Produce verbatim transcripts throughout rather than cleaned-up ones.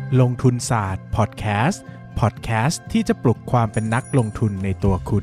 ลงทุนศาสตร์พอดแคสต์พอดแคสต์ที่จะปลุกความเป็นนักลงทุนในตัวคุณ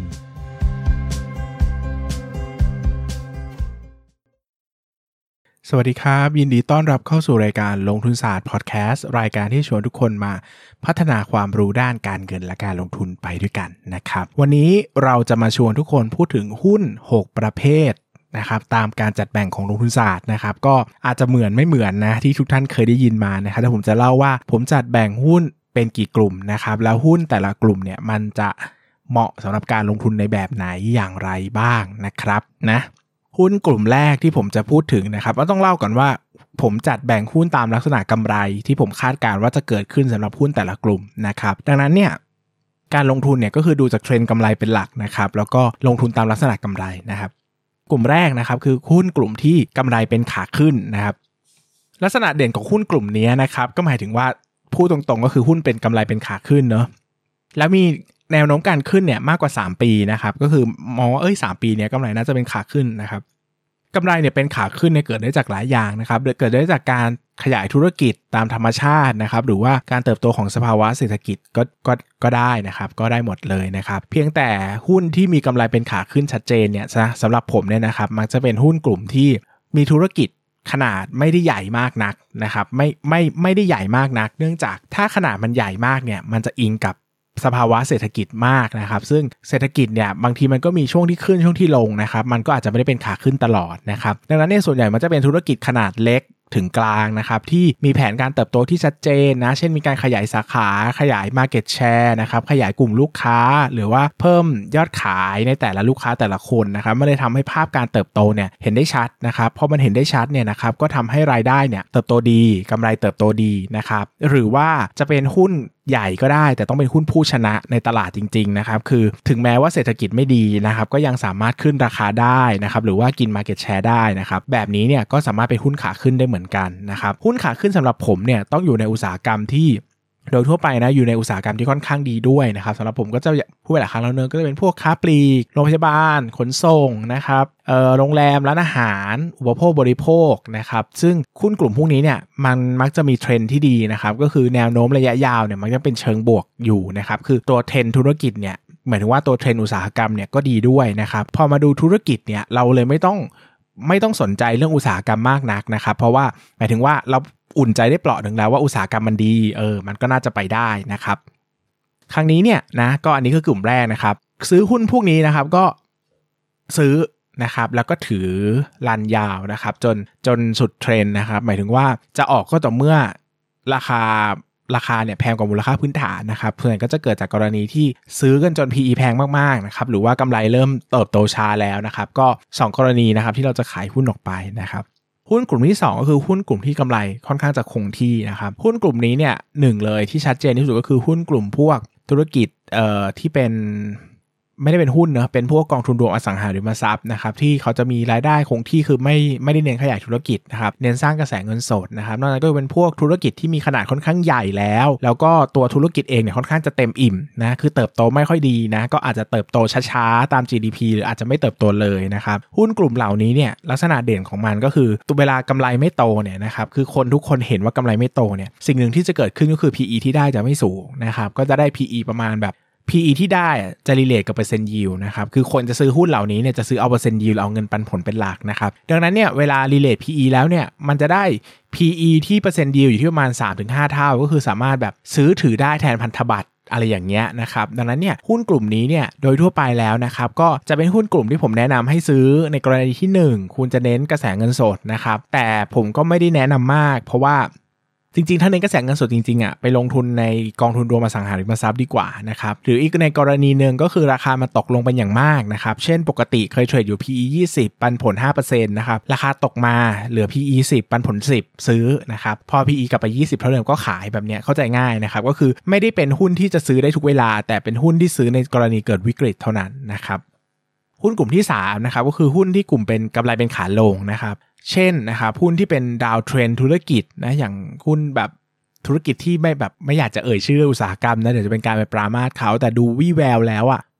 สวัสดีครับยินดีต้อนรับเข้าสู่รายการลงทุนศาสตร์พอดแคสต์รายการที่ชวนทุกคนมาพัฒนาความรู้ด้านการเงินและการลงทุนไปด้วยกันนะครับวันนี้เราจะมาชวนทุกคนพูดถึงหุ้นหกประเภทนะครับตามการจัดแบ่งของลงทุนศาสตร์นะครับก็อาจจะเหมือนไม่เหมือนนะที่ทุกท่านเคยได้ยินมานะครับแต่ผมจะเล่าว่าผมจัดแบ่งหุ้นเป็นกี่กลุ่มนะครับแล้วหุ้นแต่ละกลุ่มเนี่ยมันจะเหมาะสำหรับการลงทุนในแบบไหนอย่างไรบ้างนะครับนะหุ้นกลุ่มแรกที่ผมจะพูดถึงนะครับก็ต้องเล่าก่อนว่าผมจัดแบ่งหุ้นตามลักษณะกำไรที่ผมคาดการณ์ว่าจะเกิดขึ้นสำหรับหุ้นแต่ละกลุ่มนะครับดังนั้นเนี่ยการลงทุนเนี่ยก็คือดูจากเทรนด์กำไรเป็นหลักนะครับแล้วก็ลงทุนตามลักษณะกำไรนะครับกลุ่มแรกนะครับคือหุ้นกลุ่มที่กำไรเป็นขาขึ้นนะครับลักษณะเด่นของหุ้นกลุ่มนี้นะครับก็หมายถึงว่าพูดตรงๆก็คือหุ้นเป็นกำไรเป็นขาขึ้นเนาะแล้วมีแนวโน้มการขึ้นเนี่ยมากกว่าสามปีนะครับก็คือมองว่าเอ้ยสามปีเนี่ยกำไรน่าจะเป็นขาขึ้นนะครับกำไรเนี่ยเป็นขาขึ้นเนี่ยเกิดได้จากหลายอย่างนะครับเกิดได้จากการขยายธุรกิจตามธรรมชาตินะครับหรือว่าการเติบโตของสภาวะเศรษฐกิจก็ก็ก็ได้นะครับก็ได้หมดเลยนะครับเพียงแต่หุ้นที่มีกำไรเป็นขาขึ้นชัดเจนเนี่ยสำหรับผมเนี่ยนะครับมักจะเป็นหุ้นกลุ่มที่มีธุรกิจขนาดไม่ได้ใหญ่มากนักนะครับไม่ไม่ไม่ได้ใหญ่มากนักเนื่องจากถ้าขนาดมันใหญ่มากเนี่ยมันจะอิงกับสภาวะเศรษฐกิจมากนะครับซึ่งเศรษฐกิจเนี่ยบางทีมันก็มีช่วงที่ขึ้นช่วงที่ลงนะครับมันก็อาจจะไม่ได้เป็นขาขึ้นตลอดนะครับดังนั้นเนี่ยส่วนใหญ่มันจะเป็นธุรกิจขนาดเล็กถึงกลางนะครับที่มีแผนการเติบโตที่ชัดเจนนะเช่นมีการขยายสาขาขยาย market share นะครับขยายกลุ่มลูกค้าหรือว่าเพิ่มยอดขายในแต่ละลูกค้าแต่ละคนนะครับมันเลยทำให้ภาพการเติบโตเนี่ยเห็นได้ชัดนะครับพอมันเห็นได้ชัดเนี่ยนะครับก็ทำให้รายได้เนี่ยเติบโตดีกำไรเติบโตดีนะครับหรือว่าจะเป็นหุ้นใหญ่ก็ได้แต่ต้องเป็นหุ้นผู้ชนะในตลาดจริงๆนะครับคือถึงแม้ว่าเศรษฐกิจไม่ดีนะครับก็ยังสามารถขึ้นราคาได้นะครับหรือว่ากิน market share ได้นะครับแบบนี้เนี่ยก็สามารถเป็นหุ้นขาขึ้นได้เหมือนกันนะครับหุ้นขาขึ้นสำหรับผมเนี่ยต้องอยู่ในอุตสาหกรรมที่โดยทั่วไปนะอยู่ในอุตสาหกรรมที่ค่อนข้างดีด้วยนะครับสำหรับผมก็จะพูดหลายครั้งแล้วเนอะก็จะเป็นพวกค้าปลีกโรงพยาบาลขนส่งนะครับเอ่อโรงแรมร้านอาหารอุปโภคบริโภคนะครับซึ่งหุ้นกลุ่มพวกนี้เนี่ยมันมักจะมีเทรนด์ที่ดีนะครับก็คือแนวโน้มระยะยาวเนี่ยมันจะเป็นเชิงบวกอยู่นะครับคือตัวเทรนด์ธุรกิจเนี่ยหมายถึงว่าตัวเทรนด์อุตสาหกรรมเนี่ยก็ดีด้วยนะครับพอมาดูธุรกิจเนี่ยเราเลยไม่ต้องไม่ต้องสนใจเรื่องอุตสาหกรรมมากนักนะครับเพราะว่าหมายถึงว่าเราอุ่นใจได้เปราะหนึ่งแล้วว่าอุตสาหกรรมมันดีเออมันก็น่าจะไปได้นะครับครั้งนี้เนี่ยนะก็อันนี้คือกลุ่มแรกนะครับซื้อหุ้นพวกนี้นะครับก็ซื้อนะครับแล้วก็ถือรันยาวนะครับจนจนสุดเทรนด์นะครับหมายถึงว่าจะออกก็ต่อเมื่อราคาราคาเนี่ยแพงกว่ามูลค่าพื้นฐานนะครับส่วนใหญ่ก็จะเกิดจากกรณีที่ซื้อกันจน พี อี แพงมากๆนะครับหรือว่ากำไรเริ่มเติบโตช้าแล้วนะครับก็สองกรณีนะครับที่เราจะขายหุ้นออกไปนะครับหุ้นกลุ่มที่สองก็คือหุ้นกลุ่มที่กำไรค่อนข้างจะคงที่นะครับหุ้นกลุ่มนี้เนี่ยหนึ่งเลยที่ชัดเจนที่สุดก็คือหุ้นกลุ่มพวกธุรกิจเอ่อที่เป็นไม่ได้เป็นหุ้นเนอะเป็นพวกกองทุนรวมอสังหาริมทรัพย์นะครับที่เขาจะมีรายได้คงที่คือไม่ไม่ได้เน้นขยายธุรกิจนะครับเน้นสร้างกระแสเงินสดนะครับนอกจากนั้นก็เป็นพวกธุรกิจที่มีขนาดค่อนข้างใหญ่แล้วแล้วก็ตัวธุรกิจเองเนี่ยค่อนข้างจะเต็มอิ่มนะคือเติบโตไม่ค่อยดีนะก็อาจจะเติบโตช้าๆตาม จี ดี พี หรืออาจจะไม่เติบโตเลยนะครับหุ้นกลุ่มเหล่านี้เนี่ยลักษณะเด่นของมันก็คือตัวเวลากำไรไม่โตเนี่ยนะครับคือคนทุกคนเห็นว่ากำไรไม่โตเนี่ยสิ่งหนึ่งที่จะเกิดขึ้นก็คือ พี อี ที่ได้จะไม่สูงนะครับก็จะได้ พี อี ประมาณแบบพี อี ที่ได้จะรีเลทกับเปอร์เซ็นต์ยิลด์นะครับคือคนจะซื้อหุ้นเหล่านี้เนี่ยจะซื้อเอาเปอร์เซ็นต์ยิลด์เอาเงินปันผลเป็นหลักนะครับดังนั้นเนี่ยเวลารีเลท พี อี แล้วเนี่ยมันจะได้ พี อี ที่เปอร์เซ็นต์ยิลด์อยู่ที่ประมาณ สามถึงห้า เท่าก็คือสามารถแบบซื้อถือได้แทนพันธบัตรอะไรอย่างเงี้ยนะครับดังนั้นเนี่ยหุ้นกลุ่มนี้เนี่ยโดยทั่วไปแล้วนะครับก็จะเป็นหุ้นกลุ่มที่ผมแนะนำให้ซื้อในกรณีที่หนึ่งคุณจะเน้นกระแสเงินสดนะครับแต่ผมก็ไม่ได้แนะนำมากเพราะว่าจริงๆถ้าเน้นกระแสเงินสดจริงๆอ่ะไปลงทุนในกองทุนรวมอสังหาริมทรัพย์ดีกว่านะครับหรืออีกในกรณีนึงก็คือราคามันตกลงเป็นอย่างมากนะครับเช่นปกติเคยเทรดอยู่ พี อี ยี่สิบปันผล ห้าเปอร์เซ็นต์ นะครับราคาตกมาเหลือ พี อี สิบปันผลสิบซื้อนะครับพอ พี อี กลับไปยี่สิบเท่าเดิมก็ขายแบบเนี้ยเข้าใจง่ายนะครับก็คือไม่ได้เป็นหุ้นที่จะซื้อได้ทุกเวลาแต่เป็นหุ้นที่ซื้อในกรณีเกิดวิกฤตเท่านั้นนะครับหุ้นกลุ่มที่สามนะครับก็คือหุ้นที่กลุ่มเป็นกำไรเป็นขาลงนะครับเช่นนะครับหุ้นที่เป็นดาวเทรนธุรกิจนะอย่างหุ้นแบบธุรกิจที่ไม่แบบไม่อยากจะเอ่ยชื่ออุตสาหกรรมนะเดี๋ยวจะเป็นการไปปรามาสเขาแต่ดูวี่แววแล้วอ่ะ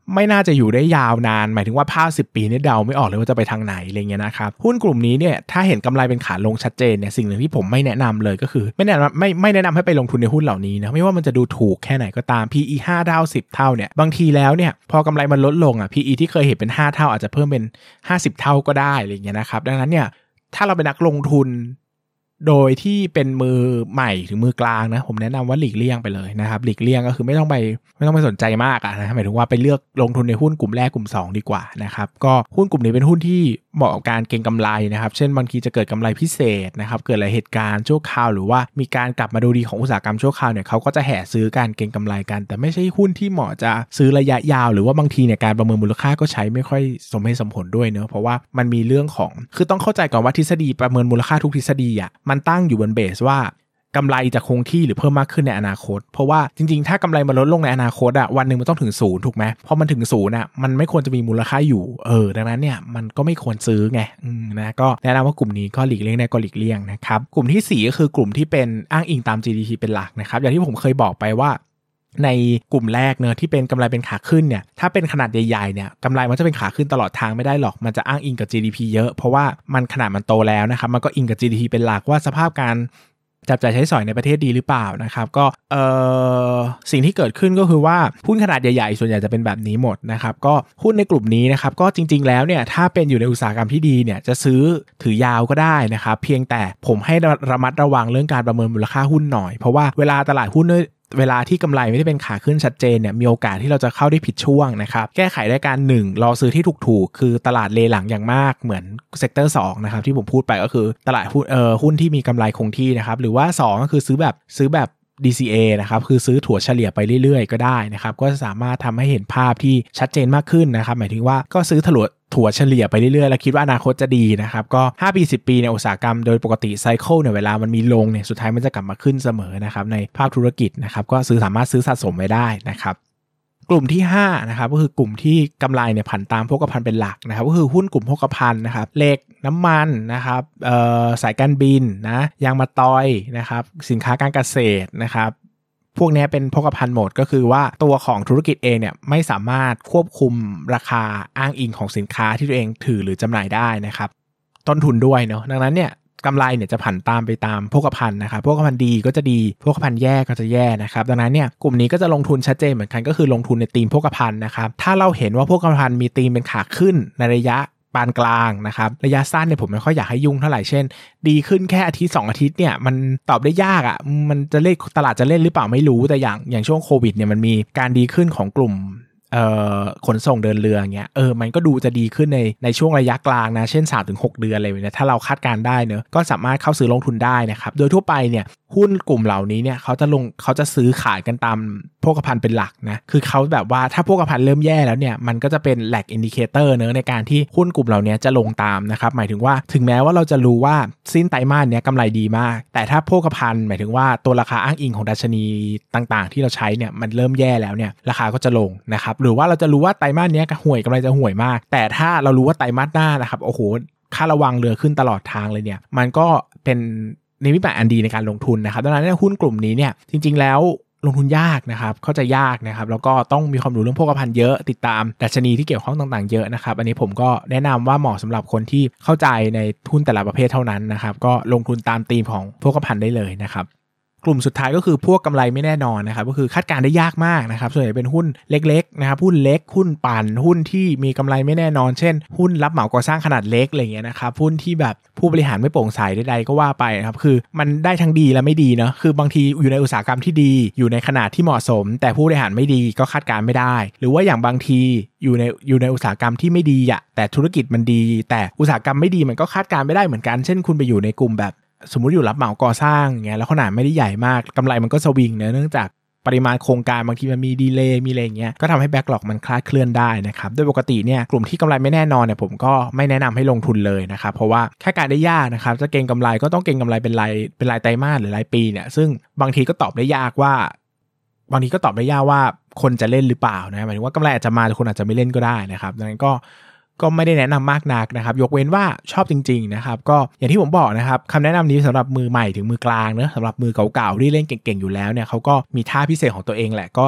ไม่น่าจะอยู่ได้ยาวนานหมายถึงว่าภาพสิบปีนี่เดาไม่ออกเลยว่าจะไปทางไหนอะไรเงี้ยนะครับหุ้นกลุ่มนี้เนี่ยถ้าเห็นกำไรเป็นขาลงชัดเจนเนี่ยสิ่งหนึ่งที่ผมไม่แนะนำเลยก็คือไม่แนะนำไม่ไม่แนะนำให้ไปลงทุนในหุ้นเหล่านี้นะไม่ว่ามันจะดูถูกแค่ไหนก็ตาม พี อี ห้าเท่าสิบเท่าเนี่ยบางทีแล้วเนี่ยพอกำไรมันลดลงอ่ะ พี อี ที่เคยเห็นเป็นห้าเท่าอาจจะเพิ่มเป็นห้าสิบเท่าก็ได้อะไรเงี้ยนะครับดังนั้นเนี่ยถ้าเราเป็นนักลงทุนโดยที่เป็นมือใหม่ถึงมือกลางนะผมแนะนำว่าหลีกเลี่ยงไปเลยนะครับหลีกเลี่ยงก็คือไม่ต้องไปไม่ต้องไปสนใจมากอะนะหมายถึงว่าไปเลือกลงทุนในหุ้นกลุ่มแรกกลุ่มสองดีกว่านะครับก็หุ้นกลุ่มนี้เป็นหุ้นที่เหมาะกับการเก็งกำไรนะครับเช่นบางทีจะเกิดกำไรพิเศษนะครับเกิดอะไรเหตุการณ์ชั่วคราวหรือว่ามีการกลับมาดูดีของอุตสาหกรรมชั่วคราวเนี่ยเขาก็จะแห่ซื้อการเก็งกำไรกันแต่ไม่ใช่หุ้นที่เหมาะจะซื้อระยะยาวหรือว่าบางทีเนี่ยการประเมินมูลค่าก็ใช้ไม่ค่อยสมเหตุสมผลด้วยเนอะเพราะว่ามันมีเรื่องของคือต้องเข้าใจก่อนว่าทฤษฎีประเมินมูลค่าทุกทฤษฎีอ่ะมันตั้งอยู่บนเบสว่ากำไรจะคงที่หรือเพิ่มมากขึ้นในอนาคตเพราะว่าจริงๆถ้ากำไรมันลดลงในอนาคตอ่ะวันนึงมันต้องถึงศูนย์ถูกไหมพอมันถึงศูนย์อ่ะมันไม่ควรจะมีมูลค่าอยู่เออดังนั้นเนี่ยมันก็ไม่ควรซื้อไงอืมนะก็แนะนำว่ากลุ่มนี้ก็หลีกเลี่ยงได้ก็หลีกเลี่ยงนะครับกลุ่มที่สี่ก็คือกลุ่มที่เป็นอ้างอิงตาม จี ดี พี เป็นหลักนะครับอย่างที่ผมเคยบอกไปว่าในกลุ่มแรกเนอะที่เป็นกำไรเป็นขาขึ้นเนี่ยถ้าเป็นขนาดใหญ่ๆเนี่ยกำไรมันจะเป็นขาขึ้นตลอดทางไม่ได้หรอกมันจะอ้างอิงกับ จี ดี พี เยอะเพราะว่ามันขนาดมันโตแล้วนะครับมันก็อิงกับ จี ดี พี เป็นหลักว่าสภาพการจับจ่ายใช้สอยในประเทศดีหรือเปล่านะครับก็เอ่อสิ่งที่เกิดขึ้นก็คือว่าหุ้นขนาดใหญ่ๆส่วนใหญ่จะเป็นแบบนี้หมดนะครับก็หุ้นในกลุ่มนี้นะครับก็จริงๆแล้วเนี่ยถ้าเป็นอยู่ในอุตสาหกรรมที่ดีเนี่ยจะซื้อถือยาวก็ได้นะครับเพียงแต่ผมให้ระมัดระวังเรื่องการประเมินมูลค่าหุ้นหน่อยเพราะว่าเวลาตลาดหุ้นเวลาที่กำไรไม่ได้เป็นขาขึ้นชัดเจนเนี่ยมีโอกาสที่เราจะเข้าได้ผิดช่วงนะครับแก้ไขด้วยการหนึ่งรอซื้อที่ถูกๆคือตลาดเลหลังอย่างมากเหมือนเซกเตอร์สองนะครับที่ผมพูดไปก็คือตลาดหุ้นเอ่อหุ้นที่มีกำไรคงที่นะครับหรือว่าสองก็คือซื้อแบบซื้อแบบ ดี ซี เอ นะครับคือซื้อถั่วเฉลี่ยไปเรื่อยๆก็ได้นะครับก็สามารถทำให้เห็นภาพที่ชัดเจนมากขึ้นนะครับหมายถึงว่าก็ซื้อถั่วถั่วเฉลี่ยไปเรื่อยๆแล้วคิดว่าอนาคตจะดีนะครับก็ห้าปีสิบปีในอุตสาหกรรมโดยปกติไซเคิลเนี่ยเวลามันมีลงเนี่ยสุดท้ายมันจะกลับมาขึ้นเสมอนะครับในภาพธุรกิจนะครับก็ซื้อสามารถซื้อสะสมไว้ได้นะครับกลุ่มที่ห้านะครับก็คือกลุ่มที่กำไรเนี่ยผันตามโภคภัณฑ์เป็นหลักนะครับก็คือหุ้นกลุ่มโภคภัณฑ์นะครับเหล็กน้ำมันนะครับเอ่อสายการบินนะยางมะตอยนะครับสินค้าการเกษตรนะครับพวกนี้เป็นโภคภัณฑ์หมดก็คือว่าตัวของธุรกิจเองเนี่ยไม่สามารถควบคุมราคาอ้างอิงของสินค้าที่ตัวเองถือหรือจำหน่ายได้นะครับต้นทุนด้วยเนาะดังนั้นเนี่ยกำไรเนี่ยจะผันตามไปตามโภคภัณฑ์นะครับโภคภัณฑ์ดีก็จะดีโภคภัณฑ์แย่ก็จะแย่นะครับดังนั้นเนี่ยกลุ่มนี้ก็จะลงทุนชัดเจนเหมือนกันก็คือลงทุนในธีมโภคภัณฑ์นะครับถ้าเราเห็นว่าโภคภัณฑ์มีธีมเป็นขาขึ้นในระยะปานกลางนะครับระยะสั้นเนี่ยผมไม่ค่อยอยากให้ยุ่งเท่าไหร่เช่นดีขึ้นแค่อาทิตย์สองอาทิตย์เนี่ยมันตอบได้ยากอ่ะมันจะเล่นตลาดจะเล่นหรือเปล่าไม่รู้แต่อย่างอย่างช่วงโควิดเนี่ยมันมีการดีขึ้นของกลุ่มเอ่อขนส่งเดินเรือเงี้ยเออมันก็ดูจะดีขึ้นในในช่วงระยะกลางนะเช่น สามถึงหก เดือนอะไรแบบนี้ถ้าเราคาดการได้เนอะก็สามารถเข้าซื้อลงทุนได้นะครับโดยทั่วไปเนี่ยหุ้นกลุ่มเหล่านี้เนี่ยเขาจะลงเขาจะซื้อขายกันตามโภคภัณฑ์เป็นหลักนะคือเขาแบบว่าถ้าโภคภัณฑ์เริ่มแย่แล้วเนี่ยมันก็จะเป็น lag indicator เนอะในการที่หุ้นกลุ่มเหล่านี้จะลงตามนะครับหมายถึงว่าถึงแม้ว่าเราจะรู้ว่าสิ้นไตรมาสเนี้ยกำไรดีมากแต่ถ้าโภคภัณฑ์หมายถึงว่าตัวราคาอ้างอิงของดัชนีต่างๆที่เราใช้เนี่ยมันเริ่มแย่แล้วเนี่ยราคาก็จะลงนะครับหรือว่าเราจะรู้ว่าไตรมาสเนี้ยห่วยกำไรจะห่วยมากแต่ถ้าเรารู้ว่าไตรมาสหน้านะครับโอ้โหค่าระวังเรือขึ้นตลอดทางเลยเนี่ยมันก็เป็นนิมิตหมายอันดีในการลงทุนนะครับดังนั้นหุ้นกลุ่มนี้เนี่ยจริงๆแล้วลงทุนยากนะครับเข้าใจยากนะครับแล้วก็ต้องมีความรู้เรื่องโภคภัณฑ์เยอะติดตามดัชนีที่เกี่ยวข้องต่างๆเยอะนะครับอันนี้ผมก็แนะนำว่าเหมาะสำหรับคนที่เข้าใจในหุ้นแต่ละประเภทเท่านั้นนะครับก็ลงทุนตามธีมของโภคภัณฑ์ได้เลยนะครับกลุ่มสุดท้ายก็คือพวกกำไรไม่แน่นอนนะครับก็คือคาดการได้ยากมากนะครับส่วนใหญ่เป็นหุ้นเล็กๆนะครับหุ้นเล็กหุ้นปั่นหุ้นที่มีกำไรไม่แน่นอนเช่นหุ้นรับเหมาก่อสร้างขนาดเล็กอะไรเงี้ยนะครับหุ้นที่แบบผู้บริหารไม่โปร่งใสใดๆก็ว่าไปนะครับคือมันได้ทั้งดีและไม่ดีเนาะคือบางทีอยู่ในอุตสาหกรรมที่ดีอยู่ในขนาดที่เหมาะสมแต่ผู้บริหารไม่ดีก็คาดการไม่ได้หรือว่าอย่างบางทีอยู่ในอยู่ในอุตสาหกรรมที่ไม่ดีอะแต่ธุรกิจมันดีแต่อุตสาหกรรมไม่ดีมันก็คาดการไม่ได้เหมือนกันเช่นคุณไปอยู่ในกลุ่มแบบสมมุติอยู่รับเหมาก่อสร้างอย่างเงี้ยแล้วขนาดไม่ได้ใหญ่มากกำไรมันก็สวิงเนื่องจากปริมาณโครงการบางทีมันมีดีเลย์มีอะไรอย่างเงี้ยก็ทำให้แบ็คล็อกมันคลาดเคลื่อนได้นะครับโดยปกติเนี่ยกลุ่มที่กำไรไม่แน่นอนเนี่ยผมก็ไม่แนะนำให้ลงทุนเลยนะครับเพราะว่าแค่การได้ยากนะครับจะเก็งกำไรก็ต้องเก็งกำไรเป็นรายเป็นรายไตรมาสหรือรายปีเนี่ยซึ่งบางทีก็ตอบได้ยากว่าบางทีก็ตอบได้ยากว่าคนจะเล่นหรือเปล่านะหมายถึงว่ากำไรอาจจะมาแต่คนอาจจะไม่เล่นก็ได้นะครับดังนั้นก็ก็ไม่ได้แนะนำมากนักนะครับยกเว้นว่าชอบจริงๆนะครับก็อย่างที่ผมบอกนะครับคำแนะนำนี้สำหรับมือใหม่ถึงมือกลางเนอะสำหรับมือเก่าๆที่เล่นเก่งๆอยู่แล้วเนี่ยเขาก็มีท่าพิเศษของตัวเองแหละก็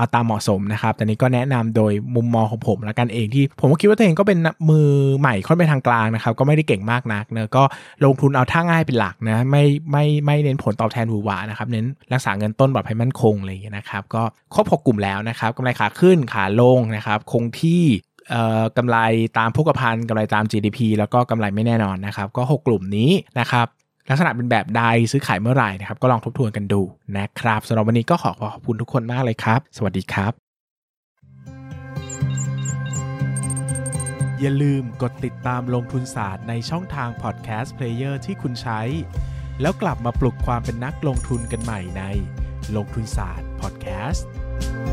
เอาตามเหมาะสมนะครับแต่นี้ก็แนะนำโดยมุมมองของผมละกันเองที่ผมก็คิดว่าตัวเองก็เป็นมือใหม่ค่อนไปทางกลางนะครับก็ไม่ได้เก่งมากนักเนอะก็ลงทุนเอาท่าง่ายเป็นหลักนะไม่ไม่ไม่เน้นผลตอบแทนหวือหวานะครับเน้นรักษาเงินต้นแบบให้มั่นคงอะไรอย่างเงี้ยนะครับก็ครบหกกลุ่มแล้วนะครับกำไรขาขึ้นขาลงนะครับคงที่เอ่อกำไรตามโภคภัณฑ์กำไรตาม จี ดี พี แล้วก็กำไรไม่แน่นอนนะครับก็หกกลุ่มนี้นะครับลักษณะเป็นแบบใดซื้อขายเมื่อไหร่นะครับก็ลองทบทวนกันดูนะครับสำหรับวันนี้ก็ขอขอบคุณทุกคนมากเลยครับสวัสดีครับอย่าลืมกดติดตามลงทุนศาสตร์ในช่องทางพอดแคสต์เพลเยอร์ที่คุณใช้แล้วกลับมาปลุกความเป็นนักลงทุนกันใหม่ในลงทุนศาสตร์พอดแคสต์